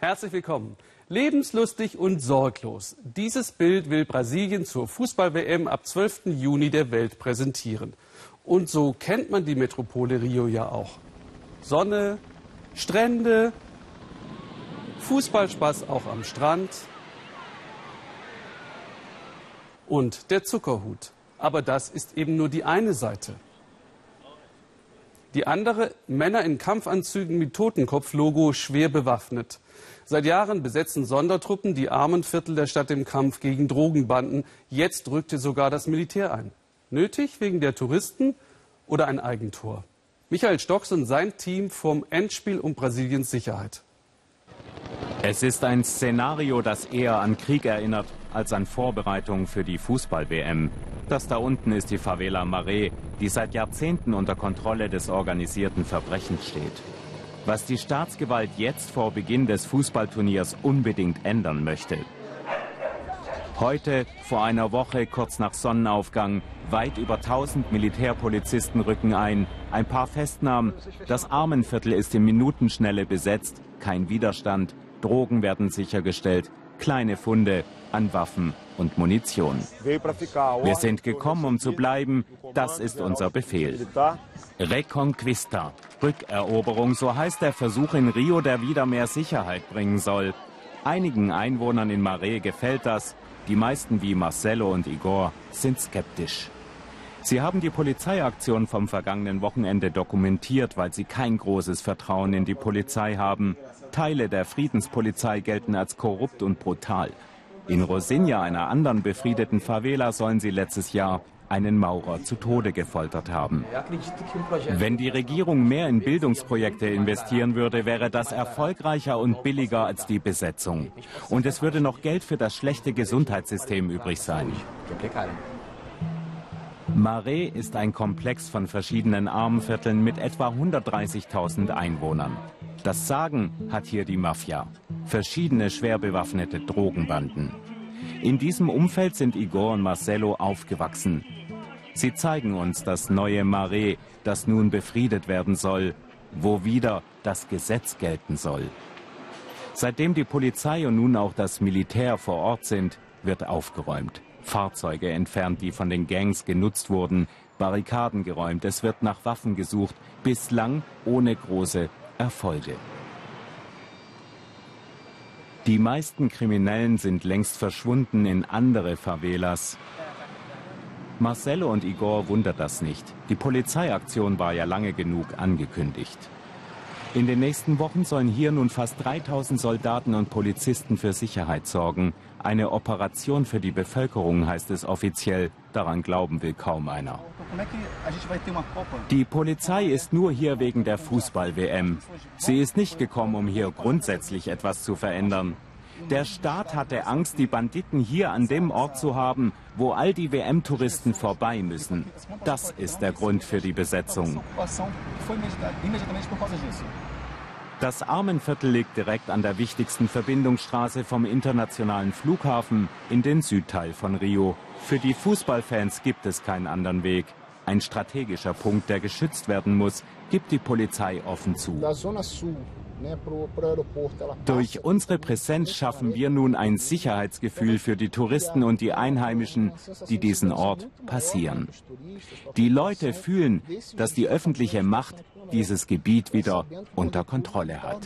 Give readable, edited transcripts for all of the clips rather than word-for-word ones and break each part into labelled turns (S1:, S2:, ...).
S1: Herzlich willkommen. Lebenslustig und sorglos. Dieses Bild will Brasilien zur Fußball-WM ab 12. Juni der Welt präsentieren. Und so kennt man die Metropole Rio ja auch. Sonne, Strände, Fußballspaß auch am Strand und der Zuckerhut. Aber das ist eben nur die eine Seite. Die andere, Männer in Kampfanzügen mit Totenkopf-Logo, schwer bewaffnet. Seit Jahren besetzen Sondertruppen die Armenviertel der Stadt im Kampf gegen Drogenbanden. Jetzt rückte sogar das Militär ein. Nötig wegen der Touristen oder ein Eigentor? Michael Stocks und sein Team vom Endspiel um Brasiliens Sicherheit.
S2: Es ist ein Szenario, das eher an Krieg erinnert als an Vorbereitung für die Fußball-WM. Das da unten ist die Favela Maré, die seit Jahrzehnten unter Kontrolle des organisierten Verbrechens steht. Was die Staatsgewalt jetzt vor Beginn des Fußballturniers unbedingt ändern möchte. Heute, vor einer Woche, kurz nach Sonnenaufgang, weit über 1000 Militärpolizisten rücken ein, ein paar Festnahmen. Das Armenviertel ist in Minutenschnelle besetzt, kein Widerstand, Drogen werden sichergestellt, kleine Funde an Waffen und Munition. Wir sind gekommen, um zu bleiben, das ist unser Befehl. Reconquista, Rückeroberung, so heißt der Versuch in Rio, der wieder mehr Sicherheit bringen soll. Einigen Einwohnern in Maré gefällt das, die meisten wie Marcelo und Igor sind skeptisch. Sie haben die Polizeiaktion vom vergangenen Wochenende dokumentiert, weil sie kein großes Vertrauen in die Polizei haben. Teile der Friedenspolizei gelten als korrupt und brutal. In Rosinha, einer anderen befriedeten Favela, sollen sie letztes Jahr einen Maurer zu Tode gefoltert haben. Wenn die Regierung mehr in Bildungsprojekte investieren würde, wäre das erfolgreicher und billiger als die Besetzung. Und es würde noch Geld für das schlechte Gesundheitssystem übrig sein. Maré ist ein Komplex von verschiedenen Armenvierteln mit etwa 130.000 Einwohnern. Das Sagen hat hier die Mafia. Verschiedene schwer bewaffnete Drogenbanden. In diesem Umfeld sind Igor und Marcelo aufgewachsen. Sie zeigen uns das neue Maré, das nun befriedet werden soll, wo wieder das Gesetz gelten soll. Seitdem die Polizei und nun auch das Militär vor Ort sind, wird aufgeräumt. Fahrzeuge entfernt, die von den Gangs genutzt wurden, Barrikaden geräumt, es wird nach Waffen gesucht, bislang ohne große Erfolge. Die meisten Kriminellen sind längst verschwunden in andere Favelas. Marcelo und Igor wundert das nicht. Die Polizeiaktion war ja lange genug angekündigt. In den nächsten Wochen sollen hier nun fast 3000 Soldaten und Polizisten für Sicherheit sorgen. Eine Operation für die Bevölkerung, heißt es offiziell. Daran glauben will kaum einer. Die Polizei ist nur hier wegen der Fußball-WM. Sie ist nicht gekommen, um hier grundsätzlich etwas zu verändern. Der Staat hatte Angst, die Banditen hier an dem Ort zu haben, wo all die WM-Touristen vorbei müssen. Das ist der Grund für die Besetzung. Das Armenviertel liegt direkt an der wichtigsten Verbindungsstraße vom internationalen Flughafen in den Südteil von Rio. Für die Fußballfans gibt es keinen anderen Weg. Ein strategischer Punkt, der geschützt werden muss, gibt die Polizei offen zu. Durch unsere Präsenz schaffen wir nun ein Sicherheitsgefühl für die Touristen und die Einheimischen, die diesen Ort passieren. Die Leute fühlen, dass die öffentliche Macht dieses Gebiet wieder unter Kontrolle hat.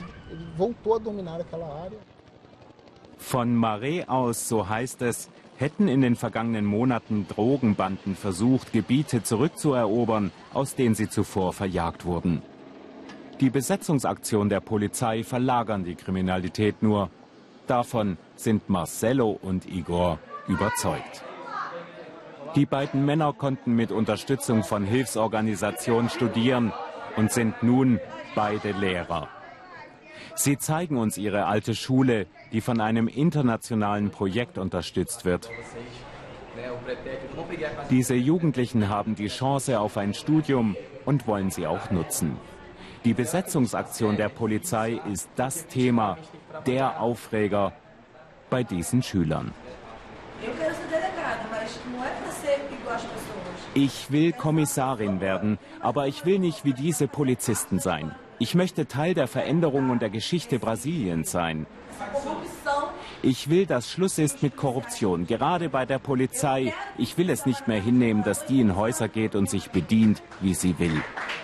S2: Von Maré aus, so heißt es, hätten in den vergangenen Monaten Drogenbanden versucht, Gebiete zurückzuerobern, aus denen sie zuvor verjagt wurden. Die Besetzungsaktion der Polizei verlagern die Kriminalität nur. Davon sind Marcelo und Igor überzeugt. Die beiden Männer konnten mit Unterstützung von Hilfsorganisationen studieren und sind nun beide Lehrer. Sie zeigen uns ihre alte Schule, die von einem internationalen Projekt unterstützt wird. Diese Jugendlichen haben die Chance auf ein Studium und wollen sie auch nutzen. Die Besetzungsaktion der Polizei ist das Thema, der Aufreger bei diesen Schülern. Ich will Kommissarin werden, aber ich will nicht wie diese Polizisten sein. Ich möchte Teil der Veränderung und der Geschichte Brasiliens sein. Ich will, dass Schluss ist mit Korruption, gerade bei der Polizei. Ich will es nicht mehr hinnehmen, dass die in Häuser geht und sich bedient, wie sie will.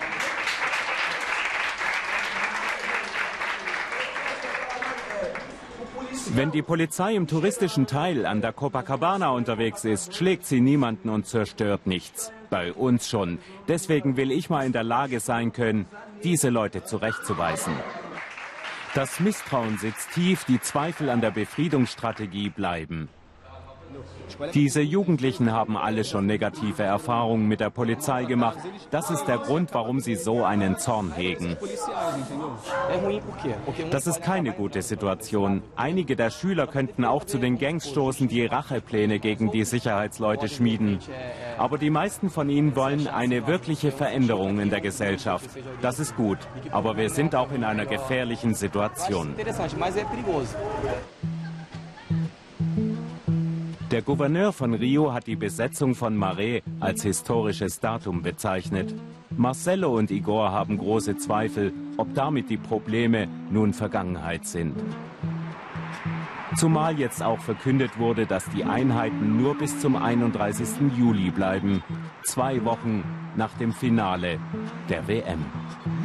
S2: Wenn die Polizei im touristischen Teil an der Copacabana unterwegs ist, schlägt sie niemanden und zerstört nichts. Bei uns schon. Deswegen will ich mal in der Lage sein können, diese Leute zurechtzuweisen. Das Misstrauen sitzt tief, die Zweifel an der Befriedungsstrategie bleiben. Diese Jugendlichen haben alle schon negative Erfahrungen mit der Polizei gemacht. Das ist der Grund, warum sie so einen Zorn hegen. Das ist keine gute Situation. Einige der Schüler könnten auch zu den Gangs stoßen, die Rachepläne gegen die Sicherheitsleute schmieden. Aber die meisten von ihnen wollen eine wirkliche Veränderung in der Gesellschaft. Das ist gut, aber wir sind auch in einer gefährlichen Situation. Der Gouverneur von Rio hat die Besetzung von Maré als historisches Datum bezeichnet. Marcelo und Igor haben große Zweifel, ob damit die Probleme nun Vergangenheit sind. Zumal jetzt auch verkündet wurde, dass die Einheiten nur bis zum 31. Juli bleiben, 2 Wochen nach dem Finale der WM.